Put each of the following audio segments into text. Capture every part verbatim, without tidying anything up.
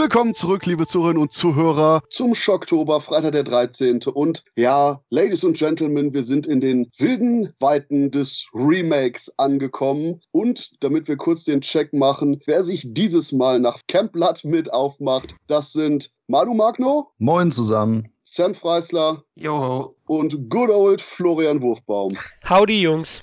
Willkommen zurück, liebe Zuhörerinnen und Zuhörer, zum Schocktober, Freitag der dreizehnte Und ja, Ladies und Gentlemen, wir sind in den wilden Weiten des Remakes angekommen. Und damit wir kurz den Check machen, wer sich dieses Mal nach Camp Blood mit aufmacht, das sind Manu Magno. Moin zusammen. Sam Freisler. Joho. Und good old Florian Wurfbaum. Howdy, Jungs.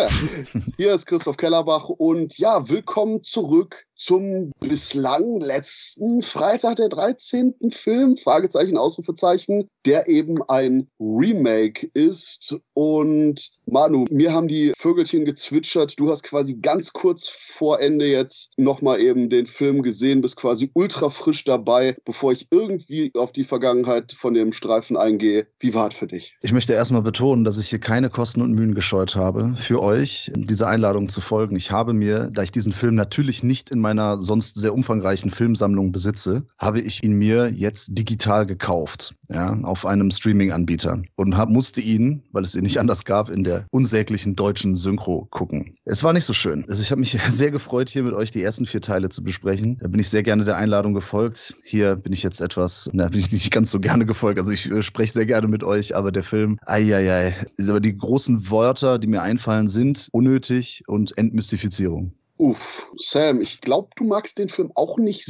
Hier ist Christoph Kellerbach und ja, willkommen zurück zum bislang letzten Freitag der dreizehnten Film, Fragezeichen, Ausrufezeichen, der eben ein Remake ist. Und Manu, mir haben die Vögelchen gezwitschert, du hast quasi ganz kurz vor Ende jetzt nochmal eben den Film gesehen, bist quasi ultra frisch dabei, bevor ich irgendwie auf die Vergangenheit von dem Streifen eingehe. Wie war es für dich? Ich möchte erstmal betonen, dass ich hier keine Kosten und Mühen gescheut habe, für euch dieser Einladung zu folgen. Ich habe mir, da ich diesen Film natürlich nicht in meiner sonst sehr umfangreichen Filmsammlung besitze, habe ich ihn mir jetzt digital gekauft, ja, auf einem Streaming-Anbieter und hab, musste ihn, weil es ihn nicht anders gab, in der unsäglichen deutschen Synchro gucken. Es war nicht so schön. Also ich habe mich sehr gefreut, hier mit euch die ersten vier Teile zu besprechen. Da bin ich sehr gerne der Einladung gefolgt. Hier bin ich jetzt etwas, na, bin ich nicht ganz so gerne gefolgt. Also ich äh, spreche sehr gerne mit euch, aber der Film, eieiei, ist aber die großen Wörter, die mir einfallen, sind unnötig und Entmystifizierung. Uff, Sam, ich glaube, du magst den Film auch nicht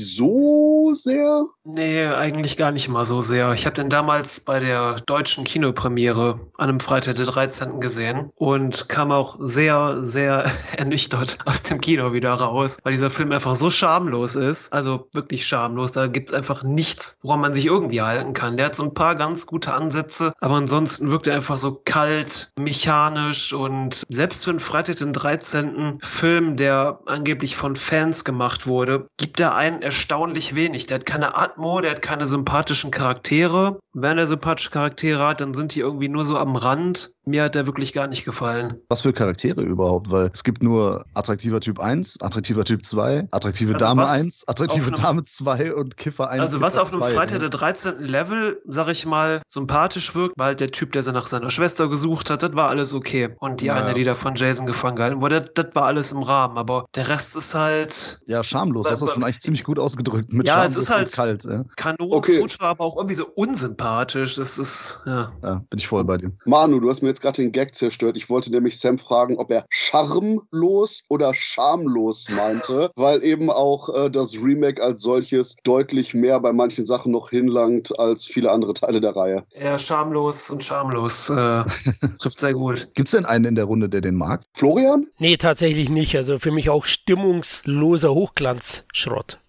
so sehr. Nee, eigentlich gar nicht mal so sehr. Ich habe den damals bei der deutschen Kinopremiere an einem Freitag der dreizehnten gesehen und kam auch sehr, sehr ernüchtert aus dem Kino wieder raus, weil dieser Film einfach so schamlos ist. Also wirklich schamlos. Da gibt es einfach nichts, woran man sich irgendwie halten kann. Der hat so ein paar ganz gute Ansätze, aber ansonsten wirkt er einfach so kalt, mechanisch und selbst für einen Freitag den dreizehnten Film, der angeblich von Fans gemacht wurde, gibt er einen erstaunlich wenig. Der hat keine Atmo, der hat keine sympathischen Charaktere. Wenn er sympathische Charaktere hat, dann sind die irgendwie nur so am Rand. Mir hat der wirklich gar nicht gefallen. Was für Charaktere überhaupt? Weil es gibt nur attraktiver Typ eins, attraktiver Typ zwei, attraktive also Dame eins, attraktive einem, Dame zwei und Kiffer eins. Also Kiffer was auf einem zwei, Freitag ne? der dreizehnten Level, sag ich mal, sympathisch wirkt, weil der Typ, der nach seiner Schwester gesucht hat, das war alles okay. Und die ja. eine, die da von Jason gefangen gehalten wurde, das, das war alles im Rahmen. Aber der Rest ist halt... Ja, schamlos. Du hast das schon eigentlich ziemlich gut ausgedrückt. Mit ja, schamlos es ist halt und kalt. Ja. Kanonenfutter, okay. aber auch irgendwie so unsympathisch. Das ist, ja. Ja, bin ich voll bei dir. Manu, du hast mir jetzt gerade den Gag zerstört. Ich wollte nämlich Sam fragen, ob er charmlos oder schamlos meinte, weil eben auch äh, das Remake als solches deutlich mehr bei manchen Sachen noch hinlangt als viele andere Teile der Reihe. Ja, schamlos und schamlos äh, trifft sehr gut. Gibt's denn einen in der Runde, der den mag? Florian? Nee, tatsächlich nicht. Also für mich auch stimmungsloser Hochglanzschrott.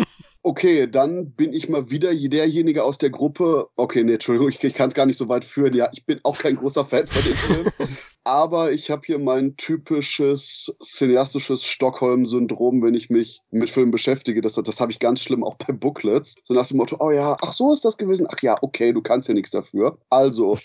Okay, dann bin ich mal wieder derjenige aus der Gruppe. Okay, nee, Entschuldigung, ich, ich kann es gar nicht so weit führen. Ja, ich bin auch kein großer Fan von dem Film. Aber ich habe hier mein typisches cineastisches Stockholm-Syndrom, wenn ich mich mit Filmen beschäftige. Das, das habe ich ganz schlimm auch bei Booklets. So nach dem Motto, oh ja, ach so ist das gewesen. Ach ja, okay, du kannst ja nichts dafür. Also.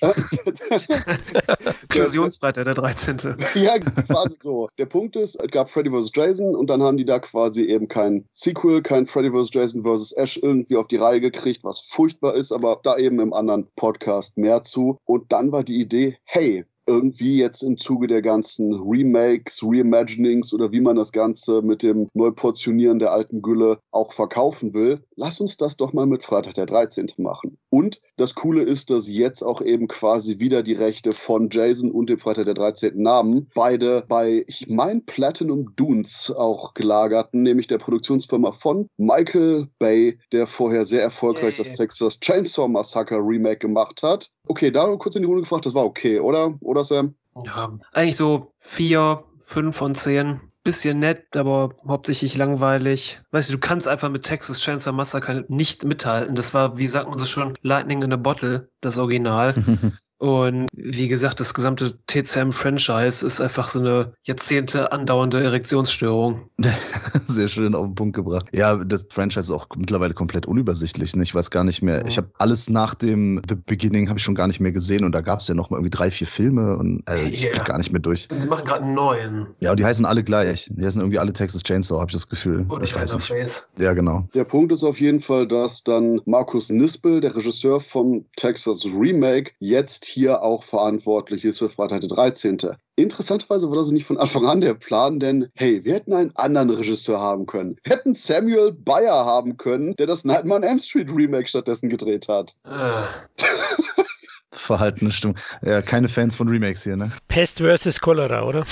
Inklusionsfreitag der dreizehnte Ja, quasi so. Der Punkt ist, es gab Freddy versus. Jason und dann haben die da quasi eben kein Sequel, kein Freddy versus. Jason versus. Ash irgendwie auf die Reihe gekriegt, was furchtbar ist, aber da eben im anderen Podcast mehr zu. Und dann war die Idee, hey, irgendwie jetzt im Zuge der ganzen Remakes, Reimaginings oder wie man das Ganze mit dem Neuportionieren der alten Gülle auch verkaufen will, lass uns das doch mal mit Freitag der dreizehnte machen. Und das Coole ist, dass jetzt auch eben quasi wieder die Rechte von Jason und dem Freitag der dreizehnte Namen beide bei, ich meine, Platinum Dunes auch gelagerten, nämlich der Produktionsfirma von Michael Bay, der vorher sehr erfolgreich Yay. das Texas Chainsaw Massacre Remake gemacht hat. Okay, da kurz in die Runde gefragt, das war okay, oder? Oder Sam? Ja, eigentlich so vier, fünf von zehn. Bisschen nett, aber hauptsächlich langweilig. Weißt du, du kannst einfach mit Texas Chainsaw Massacre nicht mithalten. Das war, wie sagt man so schon, Lightning in a Bottle, das Original. Und wie gesagt, das gesamte T C M-Franchise ist einfach so eine Jahrzehnte andauernde Erektionsstörung. Sehr schön auf den Punkt gebracht. Ja, das Franchise ist auch mittlerweile komplett unübersichtlich. Ne? Ich weiß gar nicht mehr. Ich habe alles nach dem The Beginning habe ich schon gar nicht mehr gesehen und da gab es ja noch mal irgendwie drei, vier Filme und also ich Yeah. bin gar nicht mehr durch. Und sie machen gerade einen neuen. Ja, und die heißen alle gleich. Die heißen irgendwie alle Texas Chainsaw, habe ich das Gefühl. Oder ich weiß nicht. Face. Ja, genau. Der Punkt ist auf jeden Fall, dass dann Markus Nispel, der Regisseur vom Texas Remake, jetzt hier auch verantwortlich ist für Freitag der dreizehnte. Interessanterweise war das nicht von Anfang an der Plan, denn hey, wir hätten einen anderen Regisseur haben können. Wir hätten Samuel Bayer haben können, der das Nightmare on Elm Street Remake stattdessen gedreht hat. Äh. Verhaltene Stimmung. Ja, keine Fans von Remakes hier, ne? Pest versus Cholera, oder?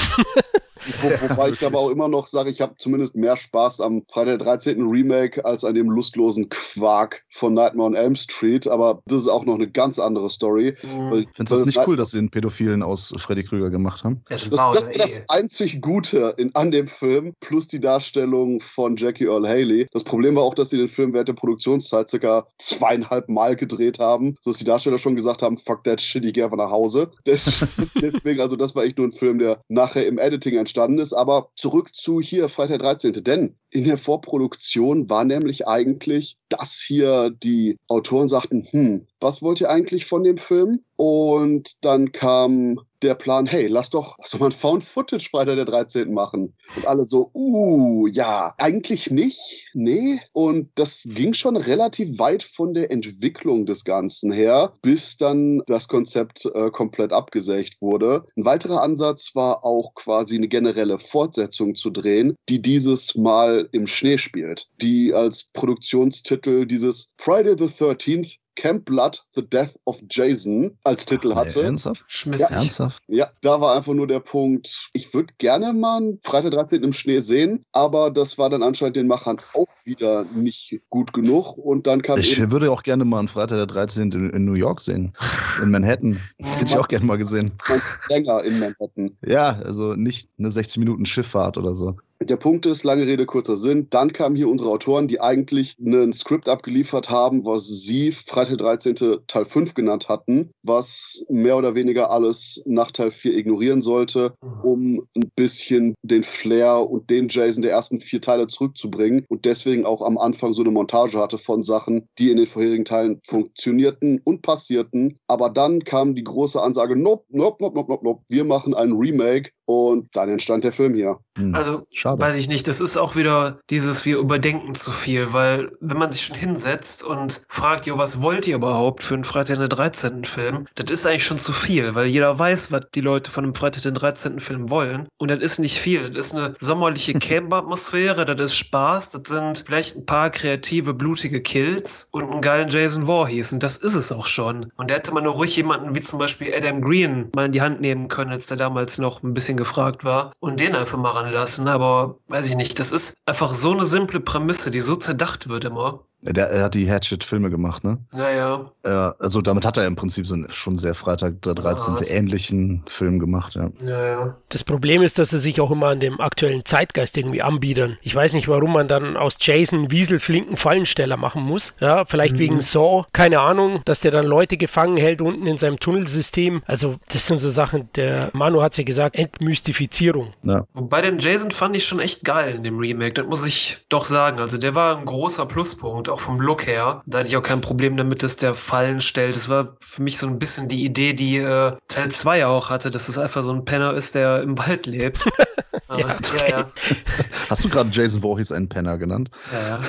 Wo, wobei ja, ich aber auch immer noch sage, ich habe zumindest mehr Spaß am Freitag der dreizehnte Remake als an dem lustlosen Quark von Nightmare on Elm Street, aber das ist auch noch eine ganz andere Story. Mhm. Ich finde das nicht cool, dass sie den Pädophilen aus Freddy Krüger gemacht haben. Das, das ist das einzig Gute in, an dem Film, plus die Darstellung von Jackie Earle Haley. Das Problem war auch, dass sie den Film während der Produktionszeit circa zweieinhalb Mal gedreht haben, sodass die Darsteller schon gesagt haben, fuck that shit, ich gehe einfach nach Hause. Das, deswegen, also das war echt nur ein Film, der nachher im Editing entstanden ist, aber zurück zu hier Freitag der dreizehnte, denn in der Vorproduktion war nämlich eigentlich, dass hier die Autoren sagten, hm, was wollt ihr eigentlich von dem Film? Und dann kam der Plan, hey, lass doch, lass doch mal ein Found-Footage Freitag der dreizehnte machen. Und alle so, uh, ja, eigentlich nicht, nee. Und das ging schon relativ weit von der Entwicklung des Ganzen her, bis dann das Konzept äh, komplett abgesägt wurde. Ein weiterer Ansatz war auch quasi eine generelle Fortsetzung zu drehen, die dieses Mal im Schnee spielt, die als Produktionstitel dieses Friday the thirteenth Camp Blood, The Death of Jason als Titel hatte. Nee, ernsthaft? Schmissig. Ja. Ernsthaft? Ja, da war einfach nur der Punkt, ich würde gerne mal einen Freitag dreizehnten im Schnee sehen, aber das war dann anscheinend den Machern auch wieder nicht gut genug und dann kam Ich eben würde auch gerne mal einen Freitag der dreizehnte in, in New York sehen. In Manhattan. Hätte ich auch gerne mal gesehen. länger in Manhattan. Ja, also nicht eine sechzig Minuten Schifffahrt oder so. Der Punkt ist, lange Rede, kurzer Sinn, dann kamen hier unsere Autoren, die eigentlich ein Skript abgeliefert haben, was sie Freitag der dreizehnte Teil fünf genannt hatten, was mehr oder weniger alles nach Teil vier ignorieren sollte, um ein bisschen den Flair und den Jason der ersten vier Teile zurückzubringen und deswegen auch am Anfang so eine Montage hatte von Sachen, die in den vorherigen Teilen funktionierten und passierten. Aber dann kam die große Ansage, nope, nope, nope, nope, nope, nope, wir machen ein Remake. Und dann entstand der Film hier. Also, Schade. Weiß ich nicht, das ist auch wieder dieses, wir überdenken zu viel, weil wenn man sich schon hinsetzt und fragt, jo, was wollt ihr überhaupt für einen Freitag den dreizehnten Film, das ist eigentlich schon zu viel, weil jeder weiß, was die Leute von einem Freitag den dreizehnten Film wollen. Und das ist nicht viel. Das ist eine sommerliche Camp-Atmosphäre, das ist Spaß, das sind vielleicht ein paar kreative, blutige Kills und einen geilen Jason Voorhees. Und das ist es auch schon. Und da hätte man nur ruhig jemanden wie zum Beispiel Adam Green mal in die Hand nehmen können, als der damals noch ein bisschen gefragt war und den einfach mal ranlassen, aber weiß ich nicht, das ist einfach so eine simple Prämisse, die so zerdacht wird immer. Der, er hat die Hatchet-Filme gemacht, ne? Naja. Ja, also damit hat er im Prinzip so einen schon sehr Freitag der dreizehnte Ja. ähnlichen Film gemacht, ja. Naja. Das Problem ist, dass sie sich auch immer an dem aktuellen Zeitgeist irgendwie anbiedern. Ich weiß nicht, warum man dann aus Jason Wiesel flinken Fallensteller machen muss. Ja, vielleicht mhm. wegen Saw, keine Ahnung, dass der dann Leute gefangen hält unten in seinem Tunnelsystem. Also das sind so Sachen, der Manu hat es ja gesagt, Entmystifizierung. Ja. Wobei den Jason fand ich schon echt geil in dem Remake, das muss ich doch sagen. Also der war ein großer Pluspunkt, auch vom Look her. Da hatte ich auch kein Problem damit, dass der Fallen stellt. Das war für mich so ein bisschen die Idee, die äh, Teil zwei auch hatte, dass es einfach so ein Penner ist, der im Wald lebt. ja, ja, okay. ja, ja. Hast du gerade Jason Voorhees einen Penner genannt? Ja, ja.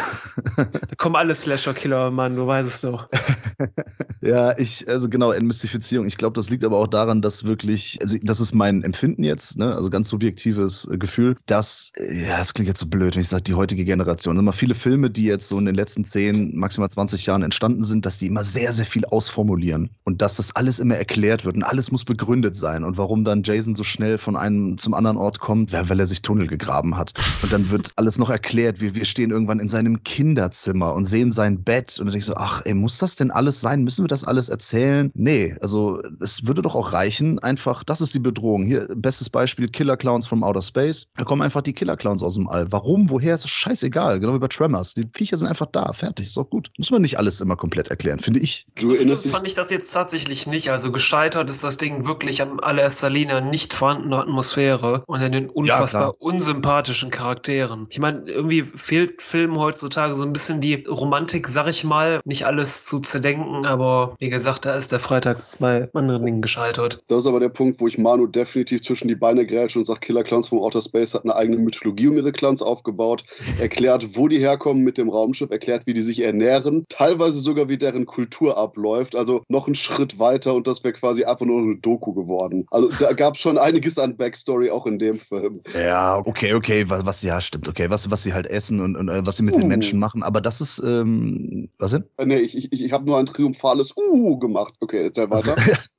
Da kommen alle Slasher-Killer, Mann, du weißt es doch. Ja, ich, also genau, Entmystifizierung. Ich glaube, das liegt aber auch daran, dass wirklich, also das ist mein Empfinden jetzt, ne, also ganz subjektives äh, Gefühl, dass, äh, ja, das klingt jetzt so blöd, wenn ich sage, die heutige Generation, immer viele Filme, die jetzt so in den letzten zehn, maximal zwanzig Jahren entstanden sind, dass die immer sehr, sehr viel ausformulieren und dass das alles immer erklärt wird und alles muss begründet sein und warum dann Jason so schnell von einem zum anderen Ort kommt, weil er sich Tunnel gegraben hat und dann wird alles noch erklärt, wir, wir stehen irgendwann in seinem Kinderzimmer und sehen sein Bett und dann denke ich so, ach ey, muss das denn alles sein? Müssen wir das alles erzählen? Nee, also es würde doch auch reichen, einfach, das ist die Bedrohung. Hier, bestes Beispiel, Killer Clowns from Outer Space. Da kommen einfach die Killer Clowns aus dem All. Warum, woher, ist scheißegal. Genau wie bei Tremors. Die Viecher sind einfach da, fertig, ist doch gut. Muss man nicht alles immer komplett erklären, finde ich. So schlimm fand ich das jetzt tatsächlich nicht. Also gescheitert ist das Ding wirklich an allererster Linie nicht vorhandener Atmosphäre und an den unfassbar unfassbar unsympathischen Charakteren. Ich meine, irgendwie fehlt Filmen heutzutage so ein bisschen die Romantik, sag ich mal, nicht alles zu zerdenken, aber wie gesagt, da ist der Freitag bei anderen Dingen gescheitert. Das ist aber der Punkt, wo ich Manu definitiv zwischen die Beine grätsche und sage, Killer Clowns vom Outer Space hat eine eigene Mythologie um ihre Clowns aufgebaut, erklärt, wo die herkommen mit dem Raumschiff, erklärt, wie die sich ernähren, teilweise sogar, wie deren Kultur abläuft, also noch einen Schritt weiter und das wäre quasi einfach nur eine Doku geworden. Also da gab es schon einiges an Backstory auch in dem Film. Ja, okay, okay, was, was ja stimmt, okay, was, was sie halt essen und, und was sie mit uh. den Menschen machen, aber das ist, ähm, was denn? Äh, nee, ich, ich, ich habe nur ein triumphales Uh gemacht. Okay, jetzt weiter.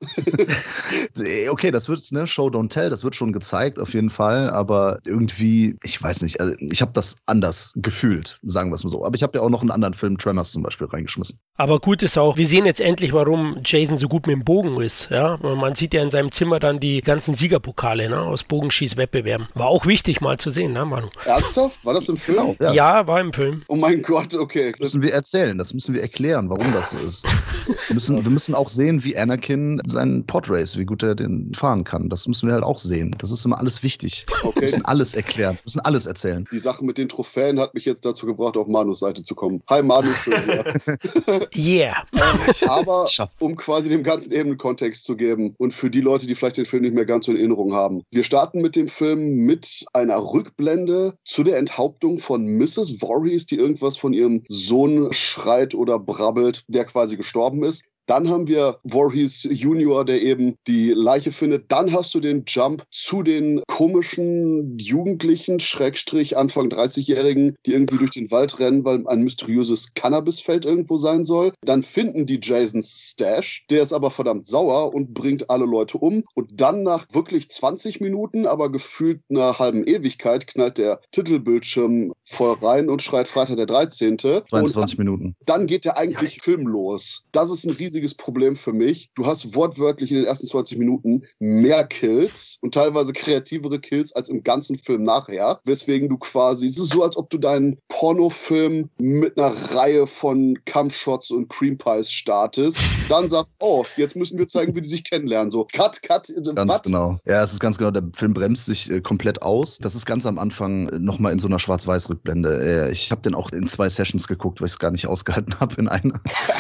Okay, das wird, ne, Show Don't Tell, das wird schon gezeigt, auf jeden Fall, aber irgendwie, ich weiß nicht, also ich habe das anders gefühlt, sagen wir es mal so. Aber ich habe ja auch noch einen anderen Film, Tremors zum Beispiel, reingeschmissen. Aber gut ist auch, wir sehen jetzt endlich, warum Jason so gut mit dem Bogen ist. Ja? Man sieht ja in seinem Zimmer dann die ganzen Siegerpokale, ne, aus Bogenschießwettbewerben. War auch wichtig mal zu sehen, ne, Manu? Ernsthaft? War das im Film? Genau, ja. ja, war im Film. Oh mein Gott, okay. Das müssen wir erzählen, das müssen wir erklären, warum das so ist. Wir müssen, wir müssen auch sehen, wie Anakin seinen Podrace, wie gut er den fahren kann. Das müssen wir halt auch sehen. Das ist immer alles wichtig. Okay. Wir müssen alles erklären, wir müssen alles erzählen. Die Sache mit den Trophäen hat mich jetzt dazu gebracht, auf Manus Seite zu kommen. Hi Manu, schön wieder. Yeah. ähm, aber um quasi dem ganzen eben einen Kontext zu geben und für die Leute, die vielleicht den Film nicht mehr ganz so in Erinnerung haben. Wir starten mit dem Film mit einer Rückblende zu der Enthauptung von Misses Voorhees, die irgendwas von ihrem Sohn schreit oder brabbelt, der quasi gestorben ist. Dann haben wir Voorhees Junior, der eben die Leiche findet. Dann hast du den Jump zu den komischen Jugendlichen, Schrägstrich Anfang dreißigjährigen, die irgendwie durch den Wald rennen, weil ein mysteriöses Cannabisfeld irgendwo sein soll. Dann finden die Jasons Stash. Der ist aber verdammt sauer und bringt alle Leute um. Und dann nach wirklich zwanzig Minuten, aber gefühlt einer halben Ewigkeit, knallt der Titelbildschirm voll rein und schreit Freitag der dreizehnte zweiundzwanzig Minuten. Dann geht der eigentliche Film los. Das ist ein riesiges Problem für mich. Du hast wortwörtlich in den ersten zwanzig Minuten mehr Kills und teilweise kreativere Kills als im ganzen Film nachher, weswegen du quasi, es ist so, als ob du deinen Pornofilm mit einer Reihe von Cumshots und Cream Pies startest, dann sagst, oh, jetzt müssen wir zeigen, wie die sich kennenlernen. So, cut, cut, ganz what? Genau. Ja, es ist ganz genau, der Film bremst sich äh, komplett aus. Das ist ganz am Anfang äh, nochmal in so einer Schwarz-Weiß-Rückblende. Äh, ich habe den auch in zwei Sessions geguckt, weil ich es gar nicht ausgehalten habe in einer.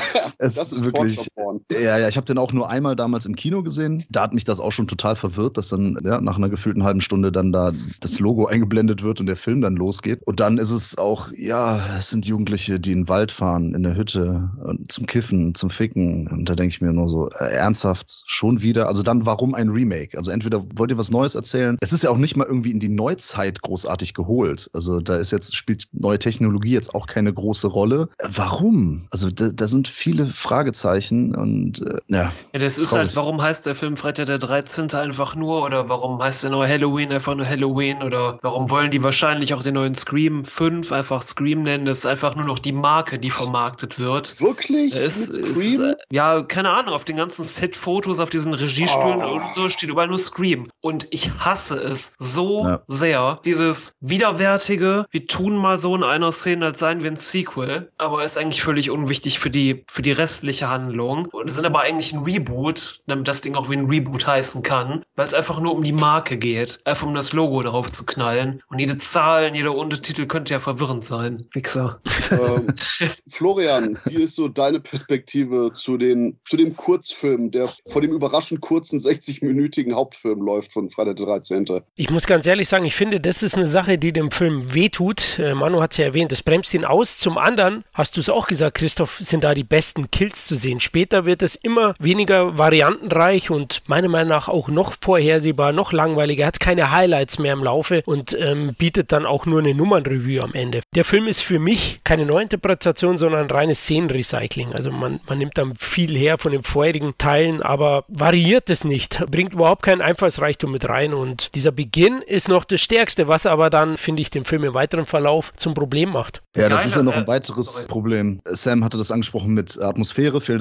Es das ist wirklich. Ja, ja, ich habe den auch nur einmal damals im Kino gesehen. Da hat mich das auch schon total verwirrt, dass dann ja, nach einer gefühlten halben Stunde dann da das Logo eingeblendet wird und der Film dann losgeht. Und dann ist es auch, ja, es sind Jugendliche, die in den Wald fahren, in der Hütte, zum Kiffen, zum Ficken. Und da denke ich mir nur so, äh, ernsthaft, schon wieder? Also dann, warum ein Remake? Also entweder wollt ihr was Neues erzählen. Es ist ja auch nicht mal irgendwie in die Neuzeit großartig geholt. Also da ist jetzt, spielt neue Technologie jetzt auch keine große Rolle. Äh, warum? Also da, da sind viele Fragezeichen und äh, ja. Ja, das ist traurig. halt, warum heißt der Film Freitag der dreizehnte einfach nur oder warum heißt der neue Halloween einfach nur Halloween oder warum wollen die wahrscheinlich auch den neuen Scream fünf einfach Scream nennen? Das ist einfach nur noch die Marke, die vermarktet wird. Wirklich? Es, Mit es Scream? ist, ja, keine Ahnung, auf den ganzen Set-Fotos, auf diesen Regiestühlen Oh. und so steht überall nur Scream. Und ich hasse es so Ja. sehr. Dieses Widerwärtige, wir tun mal so in einer Szene, als seien wir ein Sequel, aber ist eigentlich völlig unwichtig für die, für die restliche Handlung. Und es sind aber eigentlich ein Reboot, damit das Ding auch wie ein Reboot heißen kann, weil es einfach nur um die Marke geht. Einfach um das Logo darauf zu knallen. Und jede Zahlen, jeder Untertitel könnte ja verwirrend sein. Wichser. ähm, Florian, wie ist so deine Perspektive zu, den, zu dem Kurzfilm, der vor dem überraschend kurzen sechzig-minütigen Hauptfilm läuft von Freitag der dreizehnte? Ich muss ganz ehrlich sagen, ich finde, das ist eine Sache, die dem Film wehtut. Äh, Manu hat es ja erwähnt, das bremst ihn aus. Zum anderen, hast du es auch gesagt, Christoph, sind da die besten Kills zu sehen. Später wird es immer weniger variantenreich und meiner Meinung nach auch noch vorhersehbar, noch langweiliger. Er hat keine Highlights mehr im Laufe und ähm, bietet dann auch nur eine Nummernrevue am Ende. Der Film ist für mich keine Neuinterpretation, sondern reines Szenenrecycling. Also man, man nimmt dann viel her von den vorherigen Teilen, aber variiert es nicht, bringt überhaupt keinen Einfallsreichtum mit rein und dieser Beginn ist noch das Stärkste, was aber dann, finde ich, den Film im weiteren Verlauf zum Problem macht. Ja, das Keine, ist ja noch ein äh, weiteres sorry. Problem. Sam hatte das angesprochen mit Atmosphäre, fehlende Atmosphäre.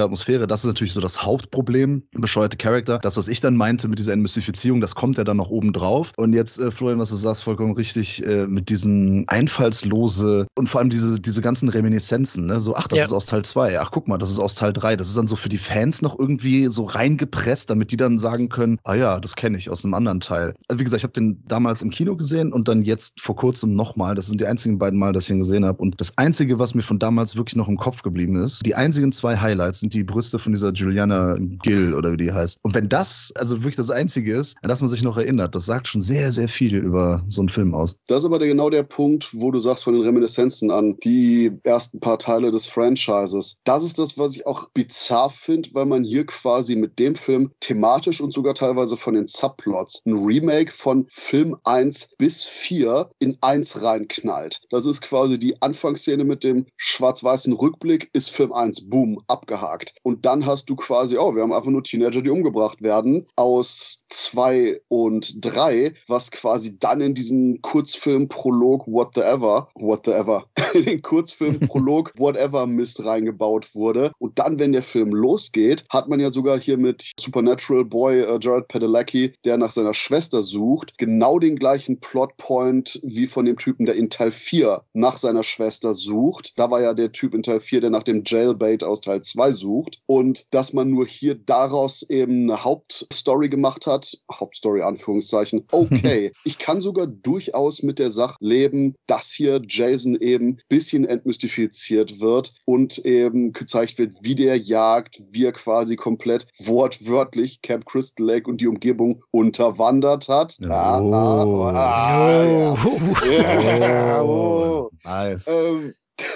das ist natürlich so das Hauptproblem, bescheuerte Charakter. Das, was ich dann meinte mit dieser Entmystifizierung, das kommt ja dann noch oben drauf. Und jetzt, äh, Florian, was du sagst, vollkommen richtig, äh, mit diesen einfallslose und vor allem diese, diese ganzen Reminiszenzen, ne? So, ach, das ja. ist aus Teil zwei, ach, guck mal, das ist aus Teil drei. Das ist dann so für die Fans noch irgendwie so reingepresst, damit die dann sagen können, ah ja, das kenne ich aus einem anderen Teil. Also wie gesagt, ich habe den damals im Kino gesehen und dann jetzt vor kurzem nochmal. Das sind die einzigen beiden Mal, dass ich ihn gesehen habe. Und das Einzige, was mir von damals wirklich noch im Kopf geblieben ist, die einzigen zwei Highlights sind die Brüste von dieser Juliana Gill oder wie die heißt. Und wenn das also wirklich das Einzige ist, an das man sich noch erinnert, das sagt schon sehr, sehr viel über so einen Film aus. Das ist aber genau der Punkt, wo du sagst von den Reminiszenzen an die ersten paar Teile des Franchises. Das ist das, was ich auch bizarr finde, weil man hier quasi mit dem Film thematisch und sogar teilweise von den Subplots ein Remake von Film eins bis vier in eins reinknallt. Das ist quasi die Anfangsszene mit dem schwarz-weißen Rückblick, ist Film eins, boom, abgehakt. Und dann hast du quasi, oh, wir haben einfach nur Teenager, die umgebracht werden, aus zwei und drei, was quasi dann in diesen Kurzfilm-Prolog What the Ever, What the Ever, in den Kurzfilm-Prolog Whatever Mist reingebaut wurde. Und dann, wenn der Film losgeht, hat man ja sogar hier mit Supernatural Boy uh, Jared Padalecki, der nach seiner Schwester sucht, genau den gleichen Plotpoint wie von dem Typen, der in Teil vier nach seiner Schwester sucht. Da war ja der Typ in Teil vier, der nach dem Jailbait aus Teil zwei sucht. Und dass man nur hier daraus eben eine Hauptstory gemacht hat, Hauptstory Anführungszeichen, okay. Ich kann sogar durchaus mit der Sache leben, dass hier Jason eben ein bisschen entmystifiziert wird und eben gezeigt wird, wie der jagt, wie er quasi komplett wortwörtlich Camp Crystal Lake und die Umgebung unterwandert hat. Oh. Ah, ah, ah, ja. Ja. Oh. Nice. Ähm,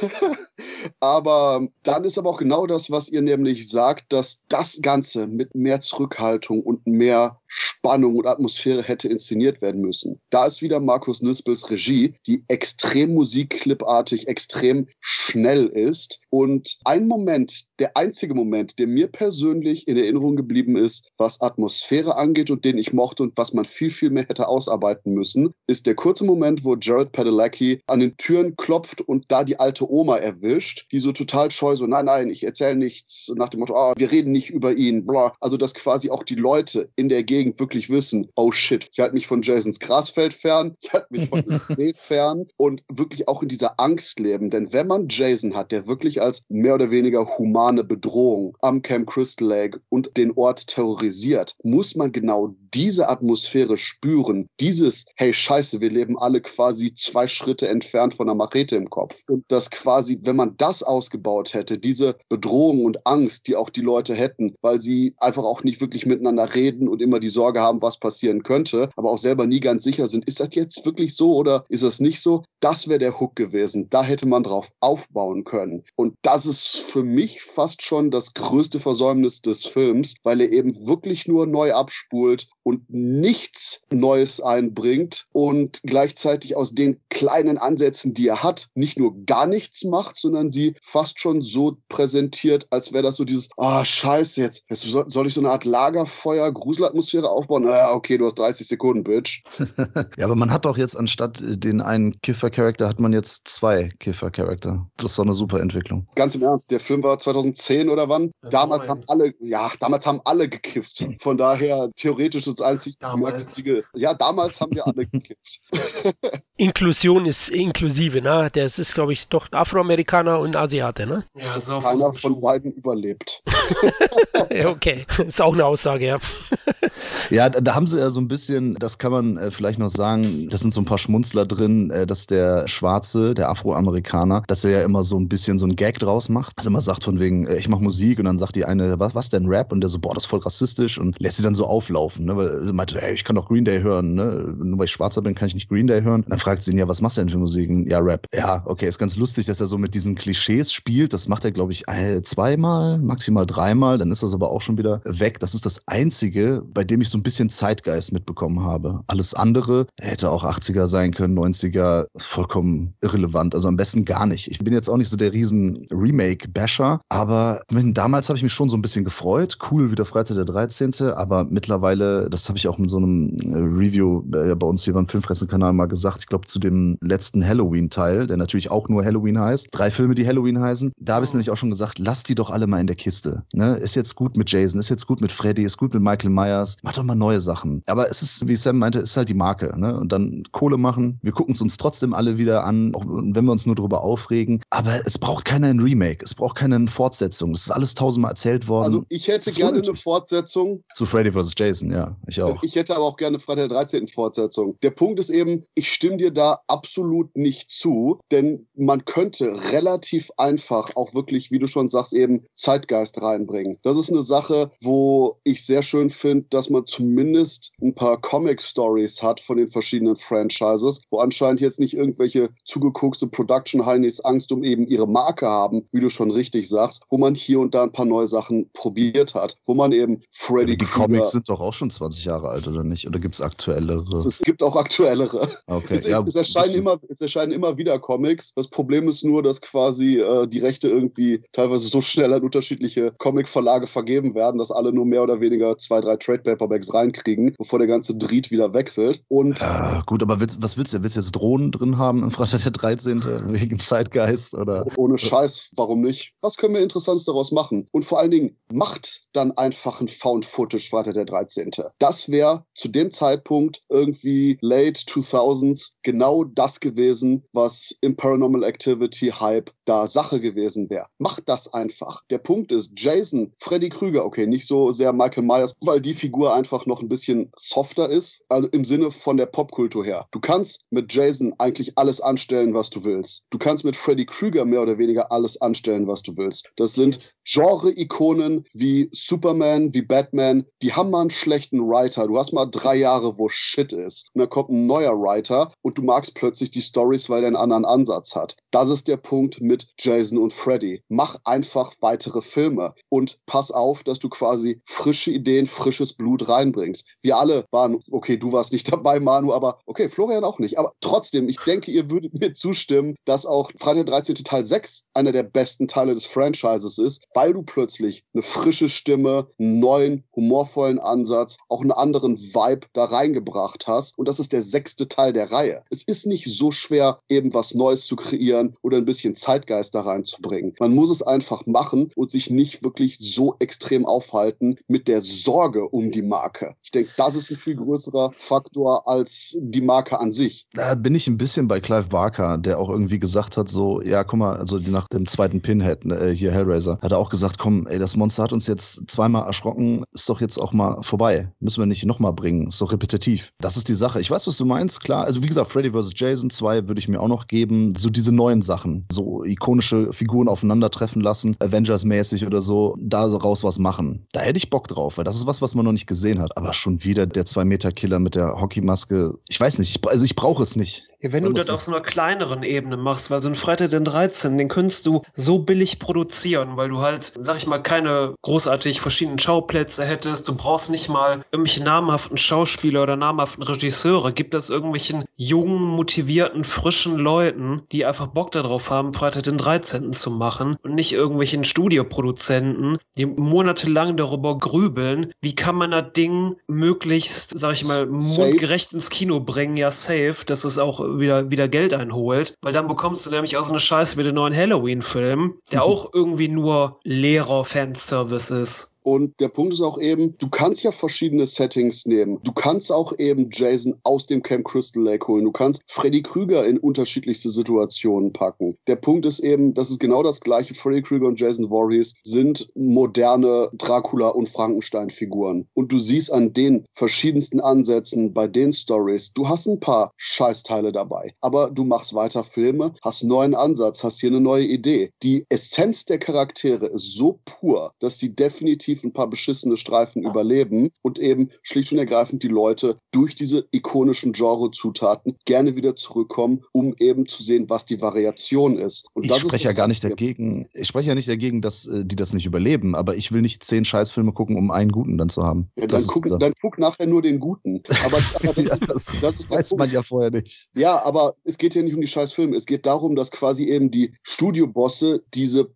aber dann ist aber auch genau das, was ihr nämlich sagt, dass das Ganze mit mehr Zurückhaltung und mehr Spannung und Atmosphäre hätte inszeniert werden müssen. Da ist wieder Markus Nispels Regie, die extrem musikclipartig, extrem schnell ist. Und ein Moment, der einzige Moment, der mir persönlich in Erinnerung geblieben ist, was Atmosphäre angeht und den ich mochte und was man viel, viel mehr hätte ausarbeiten müssen, ist der kurze Moment, wo Jared Padalecki an den Türen klopft und da die alte Oma erwischt, die so total scheu so, nein, nein, ich erzähle nichts, nach dem Motto, oh, wir reden nicht über ihn, bla. Also, dass quasi auch die Leute in der Gegend wirklich wissen, oh shit, ich halte mich von Jasons Grasfeld fern, ich halte mich von dem See fern und wirklich auch in dieser Angst leben. Denn wenn man Jason hat, der wirklich als mehr oder weniger humane Bedrohung am Camp Crystal Lake und den Ort terrorisiert, muss man genau diese Atmosphäre spüren. Dieses, hey scheiße, wir leben alle quasi zwei Schritte entfernt von einer Machete im Kopf. Und das quasi, wenn man das ausgebaut hätte, diese Bedrohung und Angst, die auch die Leute hätten, weil sie einfach auch nicht wirklich miteinander reden und immer die Sorge haben, was passieren könnte, aber auch selber nie ganz sicher sind, ist das jetzt wirklich so oder ist das nicht so? Das wäre der Hook gewesen. Da hätte man drauf aufbauen können. Und das ist für mich fast schon das größte Versäumnis des Films, weil er eben wirklich nur neu abspult und nichts Neues einbringt und gleichzeitig aus den kleinen Ansätzen, die er hat, nicht nur gar nichts macht, sondern sie fast schon so präsentiert, als wäre das so dieses, ah, oh, scheiße, jetzt, jetzt soll, soll ich so eine Art Lagerfeuer, Gruselatmosphäre aufbauen? Ah, okay, du hast dreißig Sekunden, Bitch. Ja, aber man hat doch jetzt anstatt den einen Kiffer-Charakter, hat man jetzt zwei Kiffer-Charakter. Das ist doch eine super Entwicklung. Ganz im Ernst, der Film war zweitauszehn oder wann? Ja, damals haben alle, ja, damals haben alle gekifft. Von daher, theoretisch das einzig merkwürdige. Ja, damals haben wir alle gekifft. Inklusion ist inklusive, ne? Das ist, glaube ich, doch Afroamerikaner und Asiate, ne? Ja, so keiner von beiden überlebt. Okay, ist auch eine Aussage, ja. Ja, da, da haben sie ja so ein bisschen, das kann man äh, vielleicht noch sagen, das sind so ein paar Schmunzler drin, äh, dass der Schwarze, der Afroamerikaner, dass er ja immer so ein bisschen so ein Gag draus macht. Also immer sagt von wegen, äh, ich mache Musik und dann sagt die eine, was, was denn Rap? Und der so, boah, das ist voll rassistisch und lässt sie dann so auflaufen, ne? Weil sie meinte, hey, ich kann doch Green Day hören, ne? Nur weil ich Schwarzer bin, kann ich nicht Green Day hören. Und dann fragt sie ihn, ja, was machst du denn für Musik? Ja, Rap. Ja, okay, ist ganz lustig, dass er so mit diesen Klischees spielt. Das macht er, glaube ich, äh, zweimal, maximal dreimal. Dann ist das aber auch schon wieder weg. Das ist das Einzige, bei dem ich so ein bisschen Zeitgeist mitbekommen habe. Alles andere hätte auch achtziger sein können, neunziger, vollkommen irrelevant. Also am besten gar nicht. Ich bin jetzt auch nicht so der riesen Remake-Basher, aber damals habe ich mich schon so ein bisschen gefreut. Cool, wieder Freitag der dreizehnte. Aber mittlerweile, das habe ich auch in so einem Review äh, bei uns hier beim Filmfressen-Kanal mal gesagt, ich glaube zu dem letzten Halloween-Teil, der natürlich auch nur Halloween heißt. Drei Filme, Filme, die Halloween heißen. Da habe ich nämlich auch schon gesagt, lass die doch alle mal in der Kiste. Ne? Ist jetzt gut mit Jason, ist jetzt gut mit Freddy, ist gut mit Michael Myers. Mach doch mal neue Sachen. Aber es ist, wie Sam meinte, ist halt die Marke. Ne? Und dann Kohle machen. Wir gucken es uns trotzdem alle wieder an, auch wenn wir uns nur drüber aufregen. Aber es braucht keiner ein Remake. Es braucht keine Fortsetzung. Das ist alles tausendmal erzählt worden. Also ich hätte gerne eine Fortsetzung. Zu Freddy versus. Jason, ja. Ich auch. Ich hätte aber auch gerne Freitag der dreizehnten Fortsetzung. Der Punkt ist eben, ich stimme dir da absolut nicht zu, denn man könnte relativ einfach auch wirklich, wie du schon sagst, eben Zeitgeist reinbringen. Das ist eine Sache, wo ich sehr schön finde, dass man zumindest ein paar Comic-Stories hat von den verschiedenen Franchises, wo anscheinend jetzt nicht irgendwelche zugeguckte Production-Heinis Angst um eben ihre Marke haben, wie du schon richtig sagst, wo man hier und da ein paar neue Sachen probiert hat, wo man eben Freddy ja, die Krüger, Comics sind doch auch schon zwanzig Jahre alt, oder nicht? Oder gibt es aktuellere? Es gibt auch aktuellere. Okay. Es, ja, es, erscheinen immer, es erscheinen immer wieder Comics. Das Problem ist nur, dass quasi äh, die Rechte irgendwie teilweise so schnell an unterschiedliche Comic-Verlage vergeben werden, dass alle nur mehr oder weniger zwei, drei Trade-Paperbacks reinkriegen, bevor der ganze Dried wieder wechselt. Und ja, gut, aber willst, was willst du? Willst du jetzt Drohnen drin haben im Freitag der dreizehnte wegen Zeitgeist? Oder? Ohne Scheiß, warum nicht? Was können wir Interessantes daraus machen? Und vor allen Dingen, macht dann einfach ein Found-Footage Freitag der dreizehnte. Das wäre zu dem Zeitpunkt irgendwie late zweitausends genau das gewesen, was im Paranormal Activity Hype da Sache gewesen wäre. Macht das einfach. Der Punkt ist, Jason, Freddy Krüger, okay, nicht so sehr Michael Myers, weil die Figur einfach noch ein bisschen softer ist, also im Sinne von der Popkultur her. Du kannst mit Jason eigentlich alles anstellen, was du willst. Du kannst mit Freddy Krüger mehr oder weniger alles anstellen, was du willst. Das sind Genre-Ikonen wie Superman, wie Batman, die haben mal einen schlechten Writer. Du hast mal drei Jahre, wo Shit ist. Und dann kommt ein neuer Writer und du magst plötzlich die Storys, weil der einen anderen Ansatz hat. Das ist der Punkt mit Jason und Freddy. Mach einfach weitere Filme und pass auf, dass du quasi frische Ideen, frisches Blut reinbringst. Wir alle waren, okay, du warst nicht dabei, Manu, aber okay, Florian auch nicht. Aber trotzdem, ich denke, ihr würdet mir zustimmen, dass auch Freitag der dreizehnte Teil sechs einer der besten Teile des Franchises ist, weil du plötzlich eine frische Stimme, einen neuen, humorvollen Ansatz, auch einen anderen Vibe da reingebracht hast. Und das ist der sechste Teil der Reihe. Es ist nicht so schwer, eben was Neues zu kreieren oder ein bisschen Zeitgeist da reinzubringen. Man muss es einfach machen und sich nicht wirklich so extrem aufhalten mit der Sorge um die Marke. Ich denke, das ist ein viel größerer Faktor als die Marke an sich. Da bin ich ein bisschen bei Clive Barker, der auch irgendwie gesagt hat, so, ja, guck mal, also nach dem zweiten Pinhead, äh, hier Hellraiser, hat er auch gesagt, komm, ey, das Monster hat uns jetzt zweimal erschrocken, ist doch jetzt auch mal vorbei. Müssen wir nicht nochmal bringen, ist doch repetitiv. Das ist die Sache. Ich weiß, was du meinst, klar. Also wie gesagt, Freddy versus. Jason zwei würde ich mir auch noch geben. So diese neuen Sachen, so ikonische Figuren aufeinandertreffen lassen, Avengers-mäßig oder so, daraus was machen. Da hätte ich Bock drauf, weil das ist was, was man noch nicht gesehen hat. Aber schon wieder der zwei-Meter-Killer mit der Hockeymaske. Ich weiß nicht, ich, also ich brauche es nicht. Ja, wenn du das auf so einer kleineren Ebene machst, weil so ein Freitag den dreizehnten, den könntest du so billig produzieren, weil du halt, sag ich mal, keine großartig verschiedenen Schauplätze hättest. Du brauchst nicht mal irgendwelche namhaften Schauspieler oder namhaften Regisseure. Gibt es irgendwelchen jungen, motivierten, frischen Leuten, die einfach Bock darauf haben, Freitag den dreizehnten zu machen und nicht irgendwelchen Studioproduzenten, die monatelang darüber grübeln, wie kann man das Ding möglichst, sag ich mal, mundgerecht ins Kino bringen, ja safe, dass es auch wieder, wieder Geld einholt, weil dann bekommst du nämlich auch so eine Scheiße wie den neuen Halloween-Film, der mhm. auch irgendwie nur leerer Fanservice ist. Und der Punkt ist auch eben, du kannst ja verschiedene Settings nehmen. Du kannst auch eben Jason aus dem Camp Crystal Lake holen. Du kannst Freddy Krüger in unterschiedlichste Situationen packen. Der Punkt ist eben, das ist genau das gleiche. Freddy Krüger und Jason Voorhees sind moderne Dracula- und Frankenstein-Figuren. Und du siehst an den verschiedensten Ansätzen bei den Stories, du hast ein paar Scheißteile dabei. Aber du machst weiter Filme, hast einen neuen Ansatz, hast hier eine neue Idee. Die Essenz der Charaktere ist so pur, dass sie definitiv ein paar beschissene Streifen überleben und eben schlicht und ergreifend die Leute durch diese ikonischen Genre-Zutaten gerne wieder zurückkommen, um eben zu sehen, was die Variation ist. Und ich das spreche ist ja gar nicht dagegen, ich spreche ja nicht dagegen, dass äh, die das nicht überleben, aber ich will nicht zehn Scheißfilme gucken, um einen guten dann zu haben. Ja, dann, guck, dann guck nachher nur den guten. Aber, aber das, ja, ist, das, das ist weiß man ja vorher nicht. Ja, aber es geht ja nicht um die Scheißfilme. Es geht darum, dass quasi eben die Studiobosse diese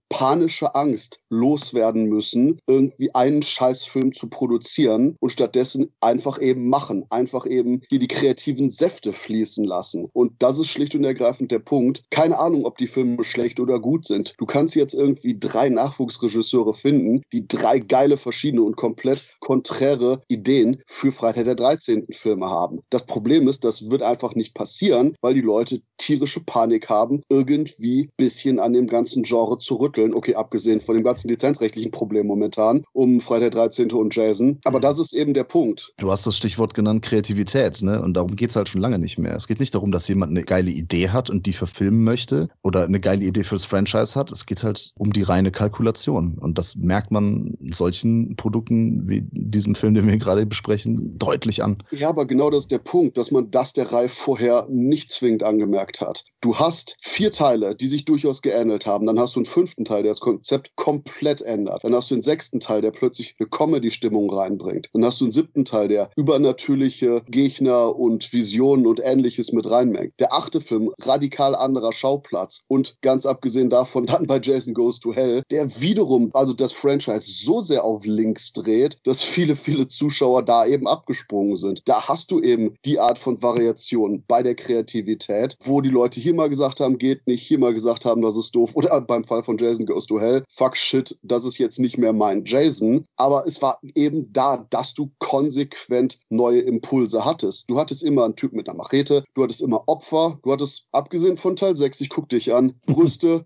panische Angst loswerden müssen, irgendwie einen Scheißfilm zu produzieren und stattdessen einfach eben machen, einfach eben hier die kreativen Säfte fließen lassen. Und das ist schlicht und ergreifend der Punkt. Keine Ahnung, ob die Filme schlecht oder gut sind. Du kannst jetzt irgendwie drei Nachwuchsregisseure finden, die drei geile, verschiedene und komplett konträre Ideen für Freitag der dreizehnten Filme haben. Das Problem ist, das wird einfach nicht passieren, weil die Leute tierische Panik haben, irgendwie ein bisschen an dem ganzen Genre zu rütteln. Okay, abgesehen von dem ganzen lizenzrechtlichen Problem momentan um Freitag der dreizehnte und Jason. Aber das ist eben der Punkt. Du hast das Stichwort genannt, Kreativität, ne? Und darum geht es halt schon lange nicht mehr. Es geht nicht darum, dass jemand eine geile Idee hat und die verfilmen möchte oder eine geile Idee fürs Franchise hat. Es geht halt um die reine Kalkulation. Und das merkt man solchen Produkten wie diesem Film, den wir gerade besprechen, deutlich an. Ja, aber genau das ist der Punkt, dass man das der Reihe vorher nicht zwingend angemerkt hat. Du hast vier Teile, die sich durchaus geähnelt haben. Dann hast du einen fünften Teil, der das Konzept komplett ändert. Dann hast du einen sechsten Teil, der plötzlich eine Comedy-Stimmung reinbringt. Dann hast du einen siebten Teil, der übernatürliche Gegner und Visionen und Ähnliches mit reinmengt. Der achte Film, radikal anderer Schauplatz. Und ganz abgesehen davon dann bei Jason Goes to Hell, der wiederum also das Franchise so sehr auf links dreht, dass viele, viele Zuschauer da eben abgesprungen sind. Da hast du eben die Art von Variation bei der Kreativität, wo die Leute hier mal gesagt haben, geht nicht, hier mal gesagt haben, das ist doof. Oder beim Fall von Jason Goes to Hell, fuck shit, das ist jetzt nicht mehr mein Jason. Aber es war eben da, dass du konsequent neue Impulse hattest. Du hattest immer einen Typ mit einer Machete, du hattest immer Opfer, du hattest, abgesehen von Teil sechs, ich guck dich an, Brüste,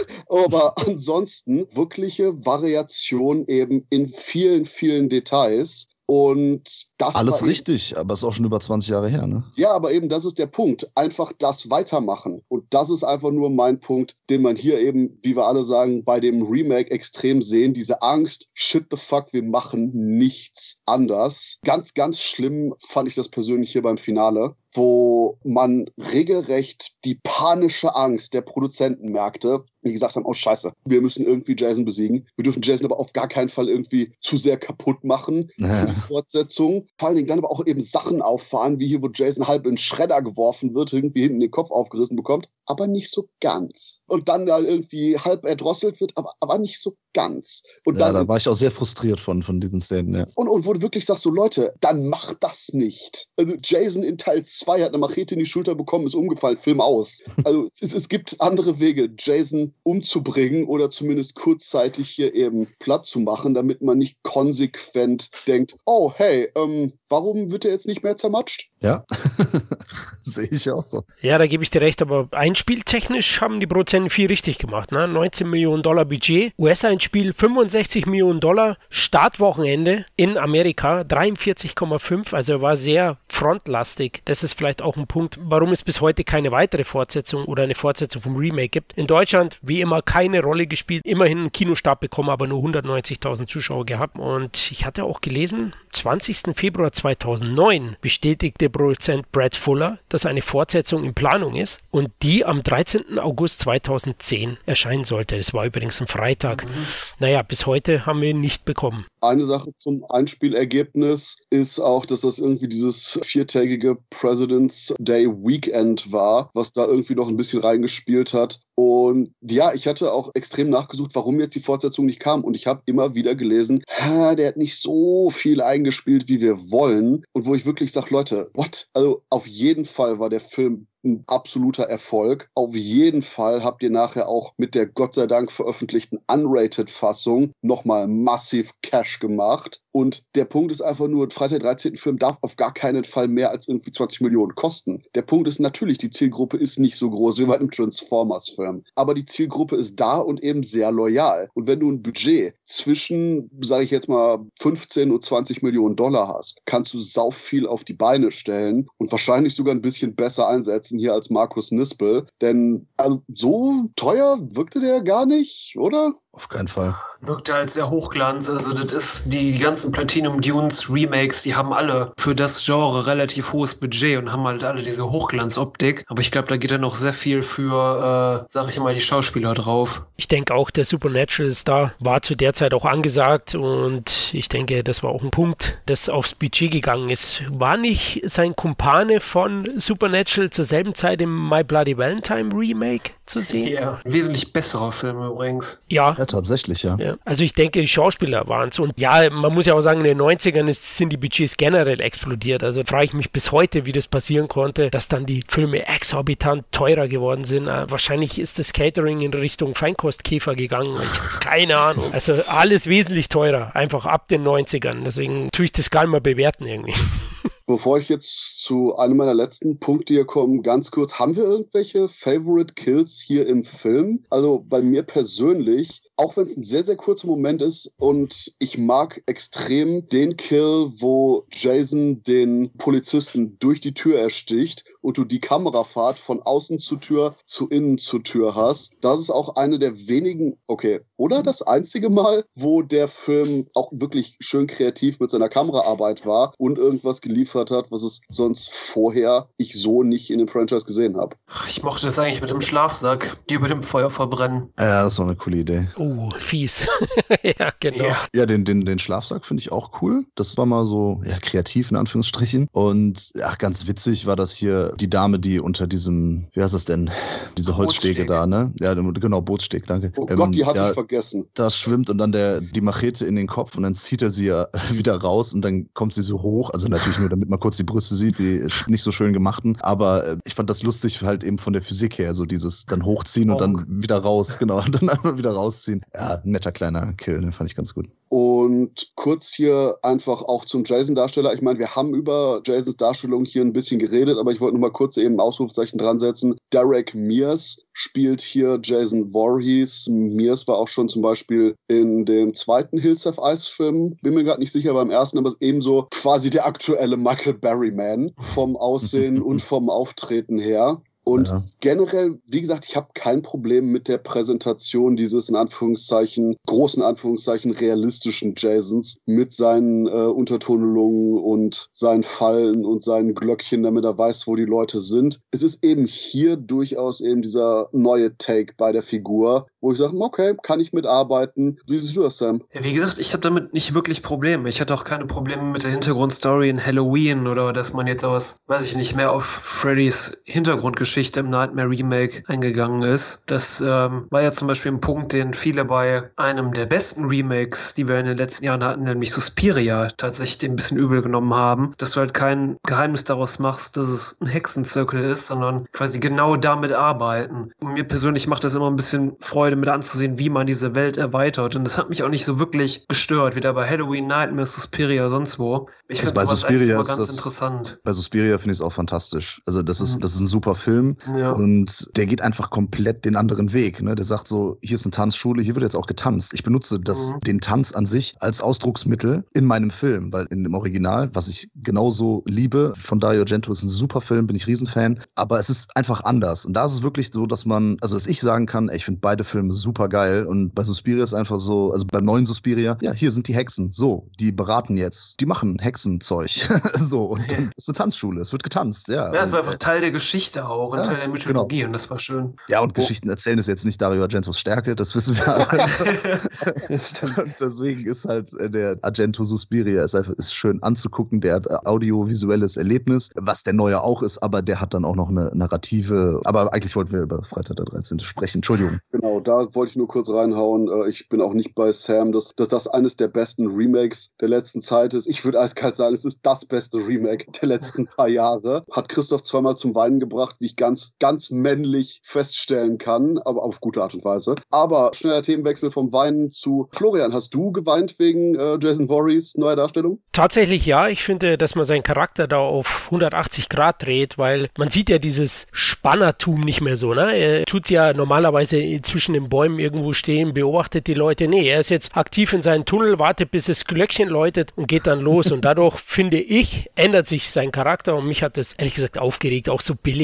aber ansonsten wirkliche Variation eben in vielen, vielen Details. Und das alles war richtig, aber ist auch schon über zwanzig Jahre her, ne? Ja, aber eben, das ist der Punkt. Einfach das weitermachen. Und das ist einfach nur mein Punkt, den man hier eben, wie wir alle sagen, bei dem Remake extrem sehen. Diese Angst, shit the fuck, wir machen nichts anders. Ganz, ganz schlimm fand ich das persönlich hier beim Finale, wo man regelrecht die panische Angst der Produzenten merkte, die gesagt haben, oh scheiße, wir müssen irgendwie Jason besiegen. Wir dürfen Jason aber auf gar keinen Fall irgendwie zu sehr kaputt machen für die Fortsetzung. Vor allen Dingen dann aber auch eben Sachen auffahren, wie hier, wo Jason halb in Schredder geworfen wird, irgendwie hinten den Kopf aufgerissen bekommt, aber nicht so ganz. Und dann da irgendwie halb erdrosselt wird, aber, aber nicht so ganz. Und ja, dann da war ich auch sehr frustriert von, von diesen Szenen, ja. Und, und wo du wirklich sagst, so Leute, dann macht das nicht. Also Jason in Teil zwei hat eine Machete in die Schulter bekommen, ist umgefallen, Film aus. Also es, es gibt andere Wege, Jason umzubringen oder zumindest kurzzeitig hier eben platt zu machen, damit man nicht konsequent denkt, oh hey, ähm, warum wird er jetzt nicht mehr zermatscht? Ja, sehe ich auch so. Ja, da gebe ich dir recht, aber einspieltechnisch haben die Produzenten viel richtig gemacht. Ne? neunzehn Millionen Dollar Budget, U S-Einspiel fünfundsechzig Millionen Dollar, Startwochenende in Amerika dreiundvierzig Komma fünf, also er war sehr frontlastig. Das ist vielleicht auch ein Punkt, warum es bis heute keine weitere Fortsetzung oder eine Fortsetzung vom Remake gibt. In Deutschland, wie immer, keine Rolle gespielt, immerhin einen Kinostart bekommen, aber nur hundertneunzigtausend Zuschauer gehabt. Und ich hatte auch gelesen, zwanzigsten Februar zweitausendneun bestätigte Produzent Brad Fuller, dass eine Fortsetzung in Planung ist und die am dreizehnten August zweitausendzehn erscheinen sollte. Das war übrigens ein Freitag. Mhm. Naja, bis heute haben wir ihn nicht bekommen. Eine Sache zum Einspielergebnis ist auch, dass das irgendwie dieses viertägige President's Day Weekend war, was da irgendwie noch ein bisschen reingespielt hat. Und ja, ich hatte auch extrem nachgesucht, warum jetzt die Fortsetzung nicht kam. Und ich habe immer wieder gelesen, der hat nicht so viel eingespielt, wie wir wollen. Und wo ich wirklich sage, Leute, what? Also auf jeden Fall war der Film ein absoluter Erfolg. Auf jeden Fall habt ihr nachher auch mit der Gott sei Dank veröffentlichten Unrated-Fassung nochmal massiv Cash gemacht. Und der Punkt ist einfach nur, Freitag der dreizehnte Film darf auf gar keinen Fall mehr als irgendwie zwanzig Millionen kosten. Der Punkt ist natürlich, die Zielgruppe ist nicht so groß wie bei einem Transformers-Film. Aber die Zielgruppe ist da und eben sehr loyal. Und wenn du ein Budget zwischen, sage ich jetzt mal, fünfzehn und zwanzig Millionen Dollar hast, kannst du sau viel auf die Beine stellen und wahrscheinlich sogar ein bisschen besser einsetzen hier als Markus Nispel, denn also so teuer wirkte der gar nicht, oder? Auf keinen Fall. Wirkte als sehr Hochglanz. Also das ist, die, die ganzen Platinum Dunes Remakes, die haben alle für das Genre relativ hohes Budget und haben halt alle diese Hochglanzoptik. Aber ich glaube, da geht dann noch sehr viel für, äh, sag ich mal, die Schauspieler drauf. Ich denke auch, der Supernatural-Star war zu der Zeit auch angesagt und ich denke, das war auch ein Punkt, das aufs Budget gegangen ist. War nicht sein Kumpane von Supernatural zur selben Zeit im My Bloody Valentine Remake zu sehen? Ja, ein wesentlich besserer Film übrigens. Ja. Ja, tatsächlich, ja. ja. Also ich denke, die Schauspieler waren es. Und ja, man muss ja auch sagen, in den neunzigern ist, sind die Budgets generell explodiert. Also frage ich mich bis heute, wie das passieren konnte, dass dann die Filme exorbitant teurer geworden sind. Äh, wahrscheinlich ist das Catering in Richtung Feinkostkäfer gegangen. Ich habe keine Ahnung. Also alles wesentlich teurer, einfach ab den neunzigern. Deswegen tue ich das gar nicht mehr bewerten irgendwie. Bevor ich jetzt zu einem meiner letzten Punkte hier komme, ganz kurz, haben wir irgendwelche Favorite Kills hier im Film? Also bei mir persönlich, auch wenn es ein sehr, sehr kurzer Moment ist und ich mag extrem den Kill, wo Jason den Polizisten durch die Tür ersticht und du die Kamerafahrt von außen zur Tür zu innen zur Tür hast. Das ist auch eine der wenigen, okay, oder das einzige Mal, wo der Film auch wirklich schön kreativ mit seiner Kameraarbeit war und irgendwas geliefert hat, was es sonst vorher ich so nicht in dem Franchise gesehen habe. Ich mochte das eigentlich mit dem Schlafsack, die über dem Feuer verbrennen. Ja, das war eine coole Idee. Oh, fies. Ja, genau. Ja, Ja, den, den, den Schlafsack finde ich auch cool. Das war mal so ja, kreativ in Anführungsstrichen. Und ja, ganz witzig war das hier die Dame, die unter diesem, wie heißt das denn, diese Holzstege Bootssteg. da, ne? Ja, genau, Bootssteg, danke. Oh Ähm, Gott, die hatte ja, ich vergessen. Da schwimmt und dann der, die Machete in den Kopf und dann zieht er sie ja wieder raus und dann kommt sie so hoch. Also natürlich nur, damit man kurz die Brüste sieht, die nicht so schön gemachten. Aber äh, ich fand das lustig halt eben von der Physik her, so dieses dann hochziehen und dann wieder raus, genau, und dann einmal wieder rausziehen. Ja, netter kleiner Kill, den fand ich ganz gut. Und kurz hier einfach auch zum Jason-Darsteller. Ich meine, wir haben über Jasons Darstellung hier ein bisschen geredet, aber ich wollte noch mal kurz eben ein Ausrufezeichen dran setzen. Derek Mears spielt hier Jason Voorhees. Mears war auch schon zum Beispiel in dem zweiten Hills Have Eyes-Film. Bin mir gerade nicht sicher beim ersten, aber ist ebenso quasi der aktuelle Michael Berryman vom Aussehen und vom Auftreten her. Und Ja. generell, wie gesagt, ich habe kein Problem mit der Präsentation dieses in Anführungszeichen, großen Anführungszeichen realistischen Jasons mit seinen äh, Untertunnelungen und seinen Fallen und seinen Glöckchen, damit er weiß, wo die Leute sind. Es ist eben hier durchaus eben dieser neue Take bei der Figur, wo ich sage, okay, kann ich mitarbeiten. Wie siehst du das, Sam? Ja, wie gesagt, ich habe damit nicht wirklich Probleme. Ich hatte auch keine Probleme mit der Hintergrundstory in Halloween oder dass man jetzt aus, weiß ich nicht, mehr auf Freddys Hintergrundgeschichte im Nightmare Remake eingegangen ist. Das ähm, war ja zum Beispiel ein Punkt, den viele bei einem der besten Remakes, die wir in den letzten Jahren hatten, nämlich Suspiria, tatsächlich ein bisschen übel genommen haben, dass du halt kein Geheimnis daraus machst, dass es ein Hexenzirkel ist, sondern quasi genau damit arbeiten. Und mir persönlich macht das immer ein bisschen Freude mit anzusehen, wie man diese Welt erweitert. Und das hat mich auch nicht so wirklich gestört, weder bei Halloween, Nightmare, Suspiria, sonst wo. Ich Also finde bei sowas Suspiria eigentlich immer ist ganz das- interessant. Bei Suspiria finde ich es auch fantastisch. Also das ist, Mhm. das ist ein super Film Ja. und der geht einfach komplett den anderen Weg. Ne? Der sagt so, hier ist eine Tanzschule, hier wird jetzt auch getanzt. Ich benutze das, Mhm. den Tanz an sich als Ausdrucksmittel in meinem Film, weil in dem Original, was ich genauso liebe, von Dario Argento ist ein super Film, bin ich Riesenfan, aber es ist einfach anders. Und da ist es wirklich so, dass man, also dass ich sagen kann, ey, ich finde beide Filme super geil und bei Suspiria ist einfach so, also beim neuen Suspiria, ja, hier sind die Hexen, so, die beraten jetzt, die machen Hexenzeug, so, und dann ist eine Tanzschule, es wird getanzt, ja. Ja, es war Und, einfach Teil der Geschichte auch und Ja, Teil der Mythologie und das war schön. ja, und Geschichten erzählen ist jetzt nicht Dario Argentos Stärke, das wissen wir alle. Und deswegen ist halt äh, der Argento Suspiria ist einfach ist schön anzugucken, der hat äh, audiovisuelles Erlebnis, was der neue auch ist, aber der hat dann auch noch eine Narrative. Aber eigentlich wollten wir über Freitag der dreizehnte sprechen, Entschuldigung. Genau, da wollte ich nur kurz reinhauen. Äh, Ich bin auch nicht bei Sam, dass, dass das eines der besten Remakes der letzten Zeit ist. Ich würde eiskalt sagen, es ist das beste Remake der letzten paar Jahre. Hat Christoph zweimal zum Weinen gebracht, wie ich ganz, ganz männlich feststellen kann, aber auf gute Art und Weise. Aber schneller Themenwechsel vom Weinen zu Florian. Hast du geweint wegen äh, Jason Voorhees neuer Darstellung? Tatsächlich ja, ich finde, dass man seinen Charakter da auf hundertachtzig Grad dreht, weil man sieht ja dieses Spannertum nicht mehr so, ne? Er tut ja normalerweise zwischen den Bäumen irgendwo stehen, beobachtet die Leute. Nee, er ist jetzt aktiv in seinem Tunnel, wartet, bis das Glöckchen läutet und geht dann los. Und dadurch, finde ich, ändert sich sein Charakter und mich hat das ehrlich gesagt aufgeregt, auch so billig mit einer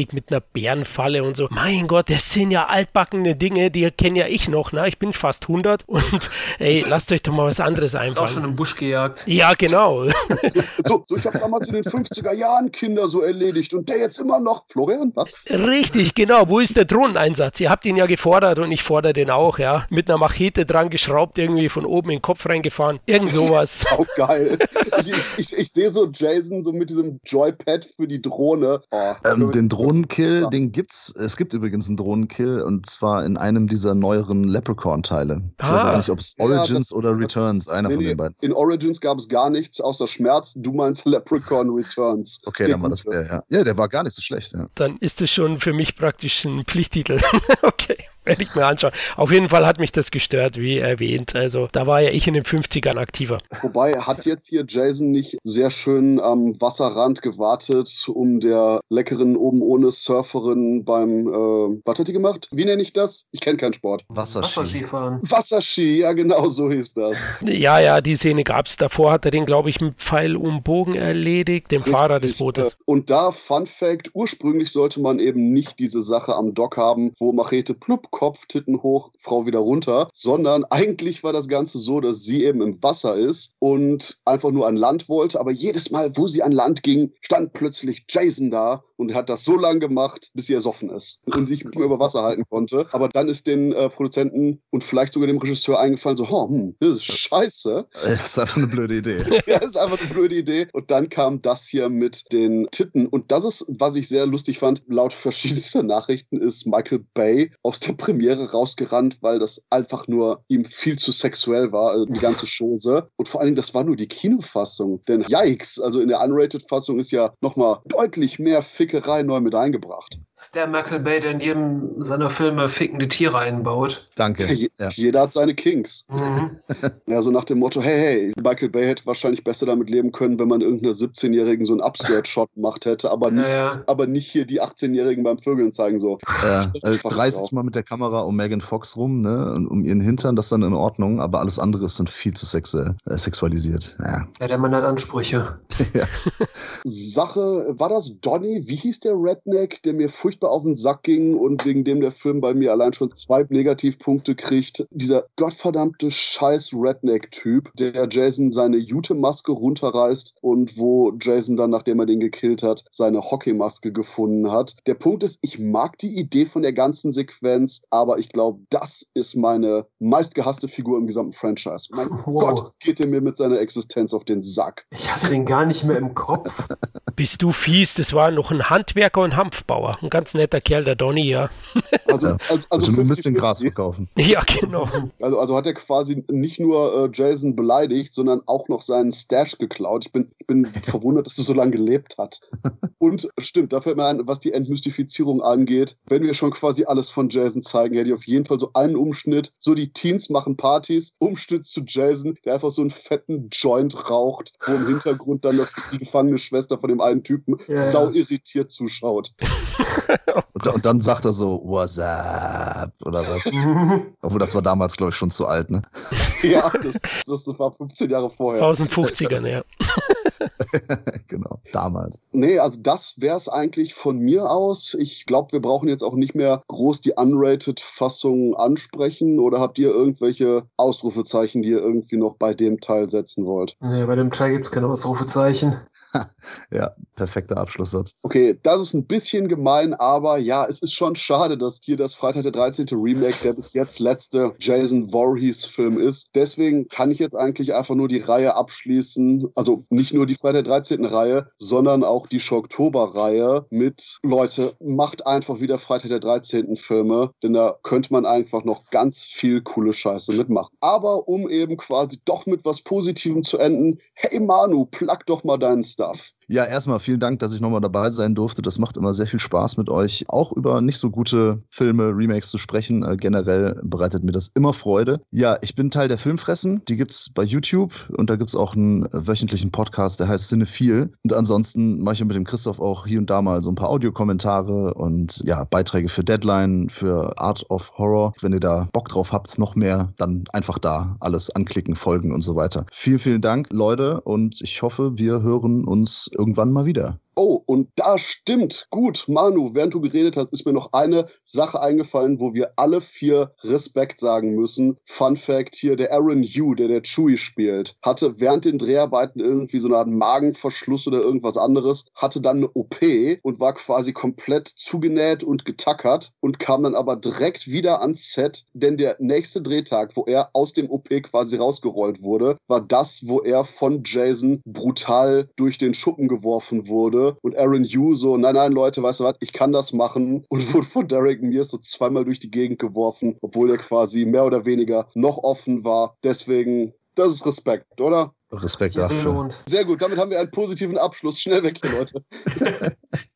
Bärenfalle und so. Mein Gott, das sind ja altbackene Dinge, die kenne ja ich noch, ne? Ich bin fast hundert und ey, lasst euch doch mal was anderes einfallen. Ist auch schon im Busch gejagt. Ja, genau. So, so ich habe damals in den fünfziger Jahren Kinder so erledigt und der jetzt immer noch. Florian, was? Richtig, genau. Wo ist der Drohneneinsatz? Ihr habt ihn ja gefordert und ich fordere den auch, ja. Mit einer Machete dran geschraubt, irgendwie von oben in den Kopf reingefahren. Irgend sowas. Sau geil. Ich, ich, ich sehe so Jason so mit diesem Joypad für die Drohne. Oh, ähm, den Drohnenkill, ja. den gibt's. Es gibt übrigens einen Drohnenkill und zwar in einem dieser neueren Leprechaun-Teile. Ich ah. weiß auch nicht, ob es Origins ja, oder Returns, einer nee, von den beiden. In Origins gab es gar nichts außer Schmerz. Du meinst Leprechaun Returns. Okay, den dann war das der, ja. Ja, der war gar nicht so schlecht, ja. Dann ist es schon für mich praktisch ein Pflichttitel. Okay. Werde ich mir anschauen. Auf jeden Fall hat mich das gestört, wie erwähnt. Also da war ja ich in den fünfzigern aktiver. Wobei, hat jetzt hier Jason nicht sehr schön am Wasserrand gewartet, um der leckeren oben ohne Surferin beim, äh, was hat die gemacht? Wie nenne ich das? Ich kenne keinen Sport. Wasserski. Wasserskifahren. Wasserski, ja genau, so hieß das. Ja, ja, die Szene gab es. Davor hat er den, glaube ich, mit Pfeil um Bogen erledigt, dem Richtig. Fahrer des Bootes. Und da, Fun Fact, ursprünglich sollte man eben nicht diese Sache am Dock haben, wo Machete plupp, Kopf, Titten hoch, Frau wieder runter, sondern eigentlich war das Ganze so, dass sie eben im Wasser ist und einfach nur an Land wollte, aber jedes Mal, wo sie an Land ging, stand plötzlich Jason da und hat das so lange gemacht, bis sie ersoffen ist und sich nicht mehr über Wasser halten konnte. Aber dann ist den äh, Produzenten und vielleicht sogar dem Regisseur eingefallen, so, oh, hm, das ist scheiße. Das ist einfach eine blöde Idee. Ja, das ist einfach eine blöde Idee. Und dann kam das hier mit den Titten. Und das ist, was ich sehr lustig fand, laut verschiedenster Nachrichten ist Michael Bay aus der Premiere rausgerannt, weil das einfach nur ihm viel zu sexuell war, also die ganze Chose. Und vor allen Dingen, das war nur die Kinofassung. Denn yikes, also in der Unrated-Fassung ist ja nochmal deutlich mehr Fickerei neu mit eingebracht. Das ist der Michael Bay, der in jedem seiner Filme fickende Tiere einbaut. Danke. Ja, ja. Jeder hat seine Kinks. Mhm. Ja, so nach dem Motto, hey, hey, Michael Bay hätte wahrscheinlich besser damit leben können, wenn man irgendeiner siebzehnjährigen so einen Upskirt-Shot gemacht hätte, aber nicht, ja, ja. aber nicht hier die achtzehnjährigen beim Vögeln zeigen so. Ja, äh, dreißig Mal mit der Kamera um Megan Fox rum, ne, und um ihren Hintern, das ist dann in Ordnung, aber alles andere ist dann viel zu sexuell, äh, sexualisiert. Ja. Ja, der Mann hat Ansprüche. Ja. Sache, war das Donny? Wie hieß der Redneck, der mir furchtbar auf den Sack ging und wegen dem der Film bei mir allein schon zwei Negativpunkte kriegt? Dieser gottverdammte scheiß Redneck-Typ, der Jason seine Jute-Maske runterreißt und wo Jason dann, nachdem er den gekillt hat, seine Hockeymaske gefunden hat. Der Punkt ist, ich mag die Idee von der ganzen Sequenz, aber ich glaube, das ist meine meistgehasste Figur im gesamten Franchise. Mein wow. Gott, geht er mir mit seiner Existenz auf den Sack. Ich hatte den gar nicht mehr im Kopf. Bist du fies, das war noch ein Handwerker und Hanfbauer. Ein ganz netter Kerl, der Donny, ja. Also, also, also, also nur ein bisschen Gras verkaufen. Ja, genau. Also, also hat er quasi nicht nur äh, Jason beleidigt, sondern auch noch seinen Stash geklaut. Ich bin, ich bin verwundert, dass er so lange gelebt hat. Und stimmt, da fällt mir ein, was die Entmystifizierung angeht, wenn wir schon quasi alles von Jason zeigen, hätte ich auf jeden Fall so einen Umschnitt, so die Teens machen Partys, Umschnitt zu Jason, der einfach so einen fetten Joint raucht, wo im Hintergrund dann das, die gefangene Schwester von dem einen Typen yeah. sau irritiert zuschaut. und, und dann sagt er so, what's up? Oder was? Obwohl, das war damals, glaube ich, schon zu alt, ne? Ja, das, das war fünfzehn Jahre vorher. Aus den fünfzigern, ja. Genau, damals. Nee, also das wäre es eigentlich von mir aus. Ich glaube, wir brauchen jetzt auch nicht mehr groß die Unrated-Fassung ansprechen. Oder habt ihr irgendwelche Ausrufezeichen, die ihr irgendwie noch bei dem Teil setzen wollt? Nee, bei dem Teil gibt es keine Ausrufezeichen. Ja, perfekter Abschlusssatz. Okay, das ist ein bisschen gemein, aber ja, es ist schon schade, dass hier das Freitag der dreizehnte Remake der bis jetzt letzte Jason Voorhees-Film ist. Deswegen kann ich jetzt eigentlich einfach nur die Reihe abschließen. Also nicht nur die Freitag der dreizehnte Reihe, sondern auch die Shocktober-Reihe mit, Leute, macht einfach wieder Freitag der dreizehnte Filme, denn da könnte man einfach noch ganz viel coole Scheiße mitmachen. Aber um eben quasi doch mit was Positivem zu enden, hey Manu, plug doch mal deinen Stuff. Ja, erstmal vielen Dank, dass ich nochmal dabei sein durfte. Das macht immer sehr viel Spaß mit euch, auch über nicht so gute Filme, Remakes zu sprechen. Äh, generell bereitet mir das immer Freude. Ja, ich bin Teil der Filmfressen. Die gibt's bei YouTube und da gibt's auch einen wöchentlichen Podcast, der heißt Cinephil. Und ansonsten mache ich mit dem Christoph auch hier und da mal so ein paar Audiokommentare und ja, Beiträge für Deadline, für Art of Horror. Wenn ihr da Bock drauf habt, noch mehr, dann einfach da alles anklicken, folgen und so weiter. Vielen, vielen Dank, Leute, und ich hoffe, wir hören uns irgendwann mal wieder. Oh, und da stimmt. Gut, Manu, während du geredet hast, ist mir noch eine Sache eingefallen, wo wir alle vier Respekt sagen müssen. Fun Fact hier, der Aaron Yu, der der Chewie spielt, hatte während den Dreharbeiten irgendwie so eine Art Magenverschluss oder irgendwas anderes, hatte dann eine O P und war quasi komplett zugenäht und getackert und kam dann aber direkt wieder ans Set, denn der nächste Drehtag, wo er aus dem O P quasi rausgerollt wurde, war das, wo er von Jason brutal durch den Schuppen geworfen wurde und Aaron Yu so, nein, nein, Leute, weißt du was, ich kann das machen und wurde von Derek Mears so zweimal durch die Gegend geworfen, obwohl er quasi mehr oder weniger noch offen war. Deswegen, das ist Respekt, oder? Respekt dafür. Sehr gut, damit haben wir einen positiven Abschluss. Schnell weg hier, Leute.